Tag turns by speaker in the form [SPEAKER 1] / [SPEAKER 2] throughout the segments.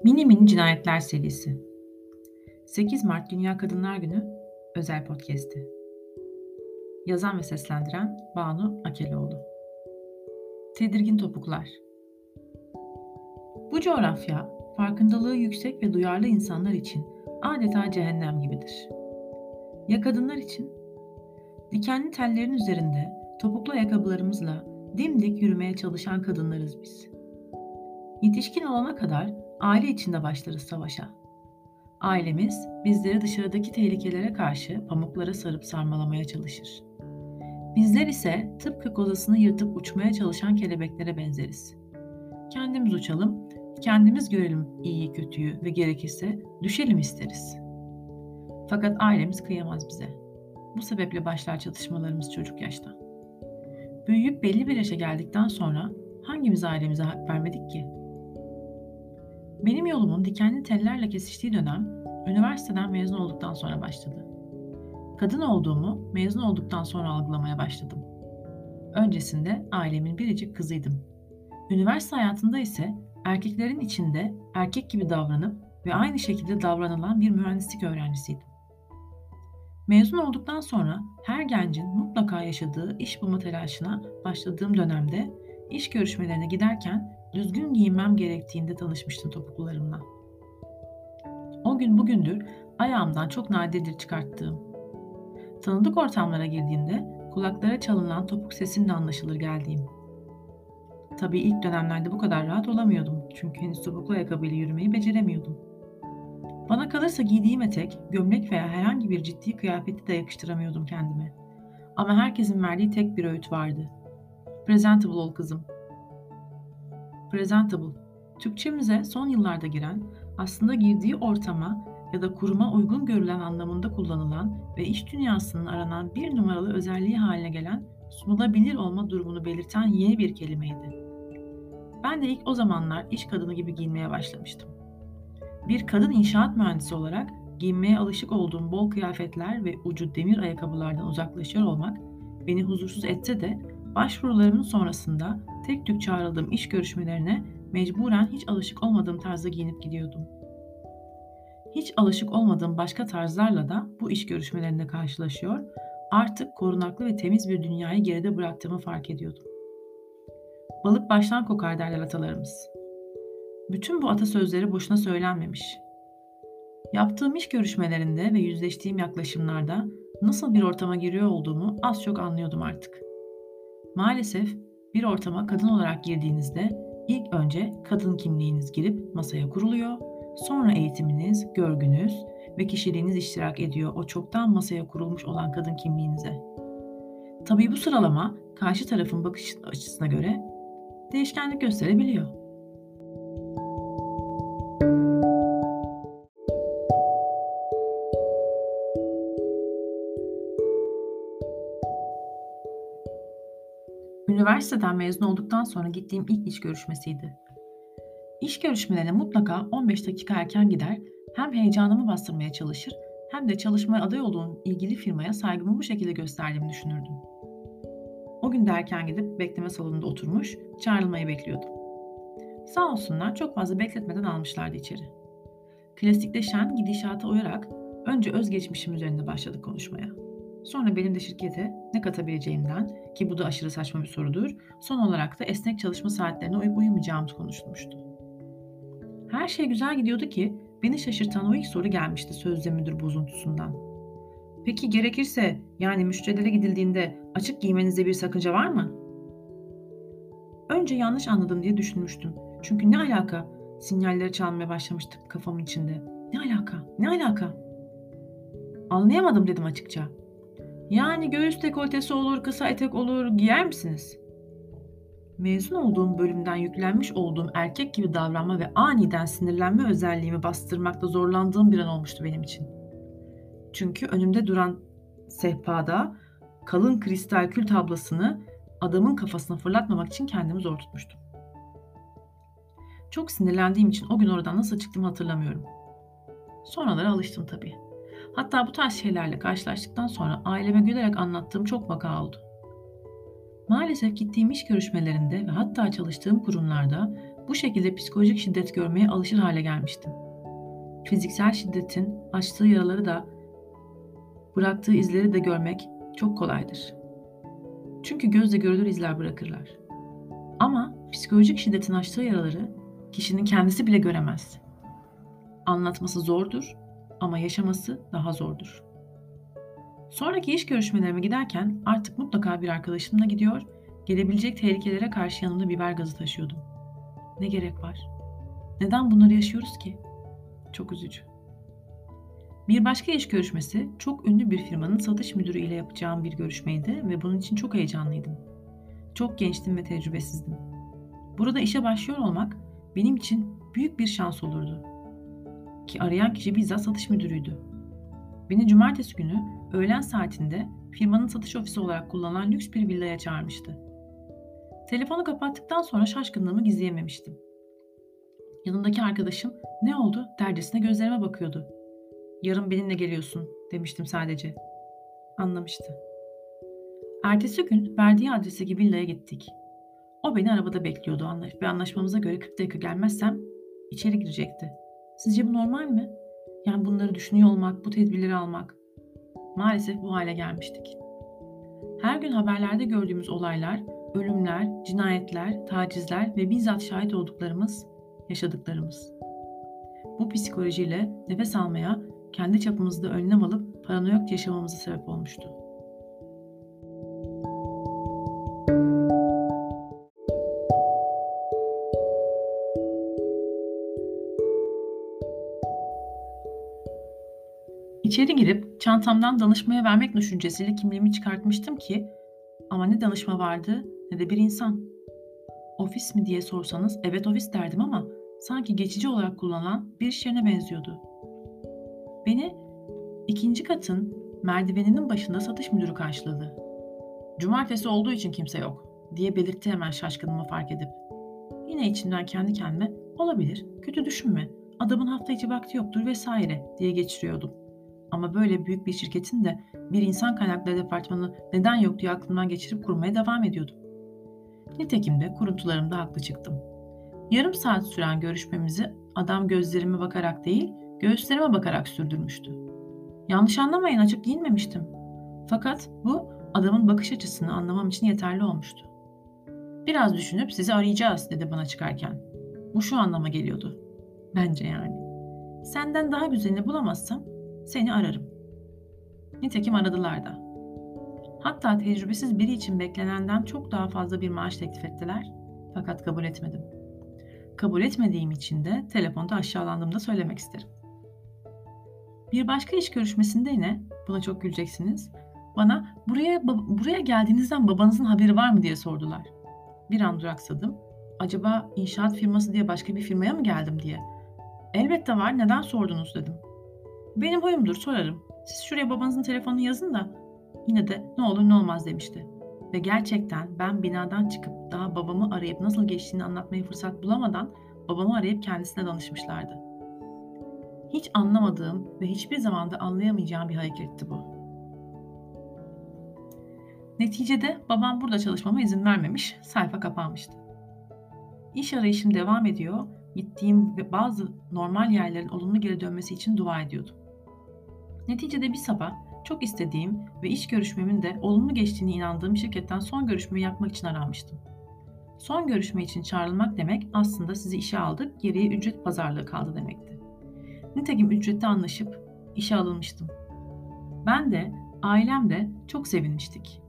[SPEAKER 1] Mini Mini Cinayetler serisi. 8 Mart Dünya Kadınlar Günü özel podcast'i. Yazan ve seslendiren Banu Akeloğlu. Tedirgin topuklar. Bu coğrafya, farkındalığı yüksek ve duyarlı insanlar için adeta cehennem gibidir. Ya kadınlar için? Dikenli tellerin üzerinde topuklu ayakkabılarımızla dimdik yürümeye çalışan kadınlarız biz. Yetişkin olana kadar aile içinde başlarız savaşa. Ailemiz bizleri dışarıdaki tehlikelere karşı pamuklara sarıp sarmalamaya çalışır. Bizler ise tıpkı kozasını yırtıp uçmaya çalışan kelebeklere benzeriz. Kendimiz uçalım, kendimiz görelim iyiyi kötüyü ve gerekirse düşelim isteriz. Fakat ailemiz kıyamaz bize. Bu sebeple başlar çatışmalarımız çocuk yaşta. Büyüyüp belli bir yaşa geldikten sonra hangimiz ailemize hak vermedik ki? Benim yolumun dikenli tellerle kesiştiği dönem üniversiteden mezun olduktan sonra başladı. Kadın olduğumu mezun olduktan sonra algılamaya başladım. Öncesinde ailemin biricik kızıydım. Üniversite hayatında ise erkeklerin içinde erkek gibi davranıp ve aynı şekilde davranılan bir mühendislik öğrencisiydim. Mezun olduktan sonra her gencin mutlaka yaşadığı iş bulma telaşına başladığım dönemde iş görüşmelerine giderken düzgün giyinmem gerektiğinde tanışmıştım topuklularımla. O gün bugündür ayağımdan çok nadirdir çıkarttığım. Tanıdık ortamlara girdiğimde kulaklara çalınan topuk sesimle anlaşılır geldiğim. Tabii ilk dönemlerde bu kadar rahat olamıyordum çünkü henüz topuklu ayakkabıyla yürümeyi beceremiyordum. Bana kalırsa giydiğim etek, gömlek veya herhangi bir ciddi kıyafeti de yakıştıramıyordum kendime. Ama herkesin verdiği tek bir öğüt vardı. Presentable ol kızım. Presentable, Türkçemize son yıllarda giren, aslında girdiği ortama ya da kuruma uygun görülen anlamında kullanılan ve iş dünyasının aranan bir numaralı özelliği haline gelen sunulabilir olma durumunu belirten yeni bir kelimeydi. Ben de ilk o zamanlar iş kadını gibi giyinmeye başlamıştım. Bir kadın inşaat mühendisi olarak giyinmeye alışık olduğum bol kıyafetler ve ucu demir ayakkabılardan uzaklaşıyor olmak beni huzursuz etse de başvurularımın sonrasında tek tük çağrıldığım iş görüşmelerine mecburen hiç alışık olmadığım tarzda giyinip gidiyordum. Hiç alışık olmadığım başka tarzlarla da bu iş görüşmelerinde karşılaşıyor, artık korunaklı ve temiz bir dünyayı geride bıraktığımı fark ediyordum. Balık baştan kokar derler atalarımız. Bütün bu atasözleri boşuna söylenmemiş. Yaptığım iş görüşmelerinde ve yüzleştiğim yaklaşımlarda nasıl bir ortama giriyor olduğumu az çok anlıyordum artık. Maalesef bir ortama kadın olarak girdiğinizde ilk önce kadın kimliğiniz girip masaya kuruluyor, sonra eğitiminiz, görgünüz ve kişiliğiniz iştirak ediyor o çoktan masaya kurulmuş olan kadın kimliğinize. Tabii bu sıralama karşı tarafın bakış açısına göre değişkenlik gösterebiliyor. Üniversiteden mezun olduktan sonra gittiğim ilk iş görüşmesiydi. İş görüşmelerine mutlaka 15 dakika erken gider, hem heyecanımı bastırmaya çalışır hem de çalışmaya aday olduğum ilgili firmaya saygımı bu şekilde gösterdiğimi düşünürdüm. O gün de erken gidip bekleme salonunda oturmuş, çağrılmayı bekliyordum. Sağ olsunlar çok fazla bekletmeden almışlardı içeri. Klasikleşen gidişata uyarak önce özgeçmişim üzerinde başladık konuşmaya. Sonra benim de şirkete ne katabileceğimden, ki bu da aşırı saçma bir sorudur, son olarak da esnek çalışma saatlerine uyup uyumayacağımız konuşulmuştu. Her şey güzel gidiyordu ki beni şaşırtan o ilk soru gelmişti sözde müdür bozuntusundan. Peki gerekirse, yani müşterilere gidildiğinde açık giymenizde bir sakınca var mı? Önce yanlış anladım diye düşünmüştüm. Çünkü ne alaka? Sinyalleri çalmaya başlamıştı kafamın içinde. Ne alaka? Ne alaka? Anlayamadım dedim açıkça. Yani göğüs dekoltesi olur, kısa etek olur, giyer misiniz? Mezun olduğum bölümden yüklenmiş olduğum erkek gibi davranma ve aniden sinirlenme özelliğimi bastırmakta zorlandığım bir an olmuştu benim için. Çünkü önümde duran sehpada kalın kristal kül tablasını adamın kafasına fırlatmamak için kendimi zor tutmuştum. Çok sinirlendiğim için o gün oradan nasıl çıktığımı hatırlamıyorum. Sonraları alıştım tabii. Hatta bu tarz şeylerle karşılaştıktan sonra aileme gülerek anlattığım çok vaka oldu. Maalesef gittiğim iş görüşmelerinde ve hatta çalıştığım kurumlarda Bu şekilde psikolojik şiddet görmeye alışır hale gelmiştim. Fiziksel şiddetin açtığı yaraları da bıraktığı izleri de görmek çok kolaydır. Çünkü gözle görülür izler bırakırlar. Ama psikolojik şiddetin açtığı yaraları kişinin kendisi bile göremez. Anlatması zordur ama yaşaması daha zordur. Sonraki iş görüşmelerime giderken artık mutlaka bir arkadaşımla gidiyor, gelebilecek tehlikelere karşı yanımda biber gazı taşıyordum. Ne gerek var? Neden bunları yaşıyoruz ki? Çok üzücü. Bir başka iş görüşmesi çok ünlü bir firmanın satış müdürü ile yapacağım bir görüşmeydi ve bunun için çok heyecanlıydım. Çok gençtim ve tecrübesizdim. Burada işe başlıyor olmak benim için büyük bir şans olurdu. Ki arayan kişi bizzat satış müdürüydü. Beni cumartesi günü öğlen saatinde firmanın satış ofisi olarak kullanılan lüks bir villaya çağırmıştı. Telefonu kapattıktan sonra şaşkınlığımı gizleyememiştim. Yanımdaki arkadaşım "Ne oldu?" dercesine gözlerime bakıyordu. "Yarın benimle geliyorsun," demiştim sadece. Anlamıştı. Ertesi gün verdiği adresteki villaya gittik. O beni arabada bekliyordu ve anlaşmamıza göre 40 dakika gelmezsem içeri girecekti. Sizce bu normal mi? Yani bunları düşünüyor olmak, bu tedbirleri almak. Maalesef bu hale gelmiştik. Her gün haberlerde gördüğümüz olaylar, ölümler, cinayetler, tacizler ve bizzat şahit olduklarımız, yaşadıklarımız. Bu psikolojiyle nefes almaya, kendi çapımızda önlem alıp paranoyak yaşamamıza sebep olmuştu. İçeri girip çantamdan danışmaya vermek düşüncesiyle kimliğimi çıkartmıştım ki ama ne danışma vardı ne de bir insan. Ofis mi diye sorsanız evet ofis derdim ama sanki geçici olarak kullanılan bir iş yerine benziyordu. Beni ikinci katın merdiveninin başında satış müdürü karşıladı. "Cumartesi olduğu için kimse yok," diye belirtti hemen şaşkınlığımı fark edip. Yine içimden kendi kendime "Olabilir, kötü düşünme, adamın hafta içi vakti yoktur vesaire," diye geçiriyordum. Ama böyle büyük bir şirketin de bir insan kaynakları departmanı neden yok diye aklımdan geçirip kurmaya devam ediyordum. Nitekim de kuruntularımda haklı çıktım. Yarım saat süren görüşmemizi adam gözlerime bakarak değil, göğüslerime bakarak sürdürmüştü. Yanlış anlamayın, açık giyinmemiştim. Fakat bu adamın bakış açısını anlamam için yeterli olmuştu. "Biraz düşünüp sizi arayacağız," dedi bana çıkarken. Bu şu anlama geliyordu. Bence yani. "Senden daha güzelini bulamazsam seni ararım." Nitekim aradılar da. Hatta tecrübesiz biri için beklenenden çok daha fazla bir maaş teklif ettiler. Fakat kabul etmedim. Kabul etmediğim için de telefonda aşağılandığımı da söylemek isterim. Bir başka iş görüşmesinde yine, buna çok güleceksiniz, bana buraya geldiğinizden babanızın haberi var mı diye sordular. Bir an duraksadım. Acaba inşaat firması diye başka bir firmaya mı geldim diye. "Elbette var, neden sordunuz?" dedim. "Benim huyumdur, sorarım. Siz şuraya babanızın telefonunu yazın da yine de ne olur ne olmaz," demişti. Ve gerçekten ben binadan çıkıp daha babamı arayıp nasıl geçtiğini anlatmaya fırsat bulamadan babamı arayıp kendisine danışmışlardı. Hiç anlamadığım ve hiçbir zaman da anlayamayacağım bir hareketti bu. Neticede babam burada çalışmama izin vermemiş, sayfa kapanmıştı. İş arayışım devam ediyor, gittiğim ve bazı normal yerlerin olumlu geri dönmesi için dua ediyordum. Neticede bir sabah çok istediğim ve iş görüşmemin de olumlu geçtiğine inandığım şirketten son görüşmeyi yapmak için aranmıştım. Son görüşme için çağrılmak demek aslında sizi işe aldık, geriye ücret pazarlığı kaldı demekti. Nitekim ücrette anlaşıp işe alınmıştım. Ben de, ailem de çok sevinmiştik.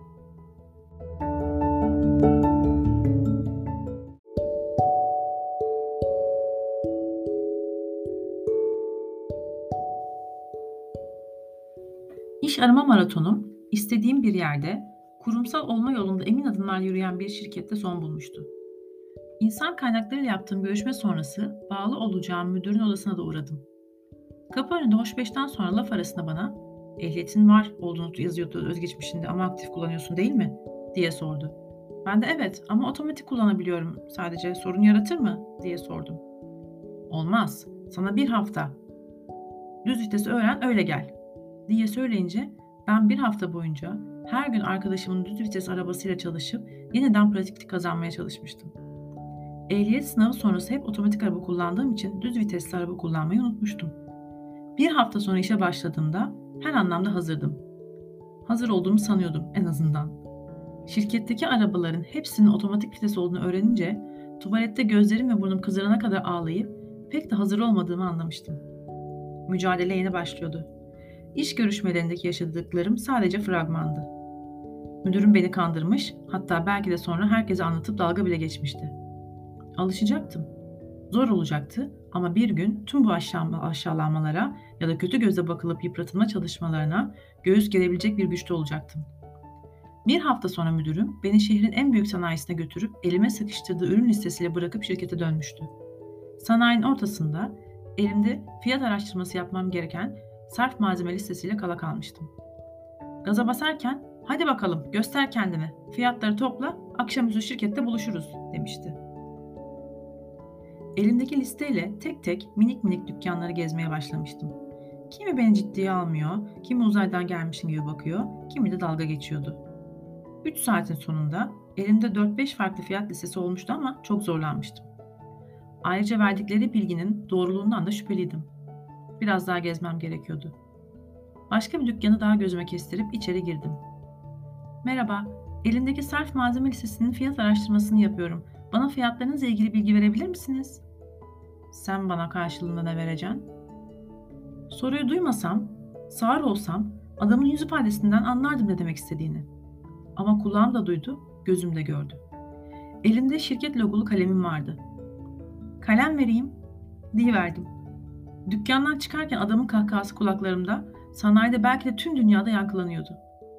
[SPEAKER 1] İş arama maratonum, istediğim bir yerde, kurumsal olma yolunda emin adımlar yürüyen bir şirkette son bulmuştu. İnsan kaynaklarıyla yaptığım görüşme sonrası bağlı olacağım müdürün odasına da uğradım. Kapı önünde hoş beşten sonra laf arasında bana "Ehliyetin var olduğunu yazıyordu özgeçmişinde ama aktif kullanıyorsun değil mi?" diye sordu. Ben de "Evet ama otomatik kullanabiliyorum sadece, sorun yaratır mı?" diye sordum. "Olmaz, sana bir hafta düz vitesi öğren öyle gel," diye söyleyince ben bir hafta boyunca her gün arkadaşımın düz vites arabasıyla çalışıp yeniden pratiklik kazanmaya çalışmıştım. Ehliyet sınavı sonrası hep otomatik araba kullandığım için düz vitesli araba kullanmayı unutmuştum. Bir hafta sonra işe başladığımda her anlamda hazırdım. Hazır olduğumu sanıyordum en azından. Şirketteki arabaların hepsinin otomatik vites olduğunu öğrenince tuvalette gözlerim ve burnum kızarana kadar ağlayıp pek de hazır olmadığımı anlamıştım. Mücadele yeni başlıyordu. İş görüşmelerindeki yaşadıklarım sadece fragmandı. Müdürüm beni kandırmış, hatta belki de sonra herkese anlatıp dalga bile geçmişti. Alışacaktım. Zor olacaktı ama bir gün tüm bu aşağılanmalara ya da kötü göze bakılıp yıpratılma çalışmalarına göğüs gerebilecek bir güçte olacaktım. Bir hafta sonra müdürüm beni şehrin en büyük sanayisine götürüp elime sıkıştırdığı ürün listesiyle bırakıp şirkete dönmüştü. Sanayinin ortasında elimde fiyat araştırması yapmam gereken sarf malzeme listesiyle kala kalmıştım. Gaza basarken "Hadi bakalım, göster kendini. Fiyatları topla, akşamüstü şirkette buluşuruz." demişti. Elimdeki listeyle tek tek minik minik dükkanları gezmeye başlamıştım. Kimi beni ciddiye almıyor, kimi uzaydan gelmişim gibi bakıyor, kimi de dalga geçiyordu. 3 saatin sonunda elimde 4-5 farklı fiyat listesi olmuştu ama çok zorlanmıştım. Ayrıca verdikleri bilginin doğruluğundan da şüpheliydim. Biraz daha gezmem gerekiyordu. Başka bir dükkanı daha gözüme kestirip içeri girdim. "Merhaba, elimdeki sarf malzeme listesinin fiyat araştırmasını yapıyorum. Bana fiyatlarınızla ilgili bilgi verebilir misiniz?" "Sen bana karşılığında ne vereceksin?" Soruyu duymasam, sağır olsam adamın yüz ifadesinden anlardım ne demek istediğini. Ama kulağım da duydu, gözüm de gördü. Elimde şirket logolu kalemim vardı. "Kalem vereyim," diyiverdim. Dükkandan çıkarken adamın kahkahası kulaklarımda, sanayide belki de tüm dünyada yankılanıyordu.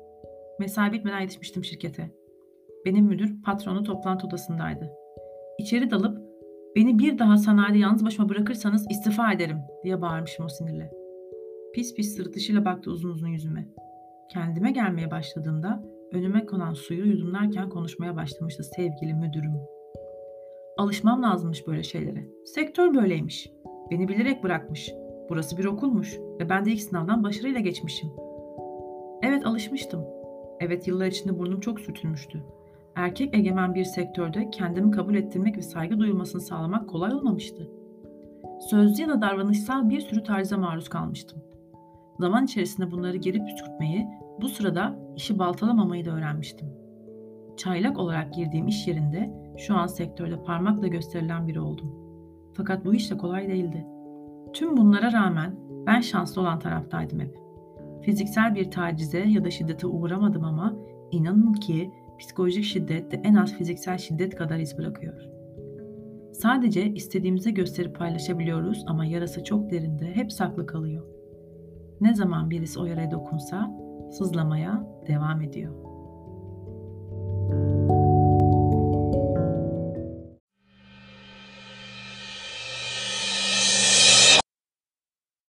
[SPEAKER 1] Mesai bitmeden yetişmiştim şirkete. Benim müdür patronu toplantı odasındaydı. İçeri dalıp "Beni bir daha sanayide yalnız başıma bırakırsanız istifa ederim," diye bağırmışım o sinirle. Pis pis sırıtışıyla baktı uzun uzun yüzüme. Kendime gelmeye başladığımda önüme konan suyu yudumlarken konuşmaya başlamıştı sevgili müdürüm. Alışmam lazımmış böyle şeylere. Sektör böyleymiş. Beni bilerek bırakmış. Burası bir okulmuş ve ben de ilk sınavdan başarıyla geçmişim. Evet, alışmıştım. Evet, yıllar içinde burnum çok sürtülmüştü. Erkek egemen bir sektörde kendimi kabul ettirmek ve saygı duyulmasını sağlamak kolay olmamıştı. Sözlü ya da davranışsal bir sürü tarza maruz kalmıştım. Zaman içerisinde bunları geri püskürtmeyi, bu sırada işi baltalamamayı da öğrenmiştim. Çaylak olarak girdiğim iş yerinde şu an sektörde parmakla gösterilen biri oldum. Fakat bu iş de kolay değildi. Tüm bunlara rağmen ben şanslı olan taraftaydım hep. Fiziksel bir tacize ya da şiddete uğramadım ama inanın ki psikolojik şiddet de en az fiziksel şiddet kadar iz bırakıyor. Sadece istediğimizi gösterip paylaşabiliyoruz ama yarası çok derinde, hep saklı kalıyor. Ne zaman birisi o yaraya dokunsa sızlamaya devam ediyor.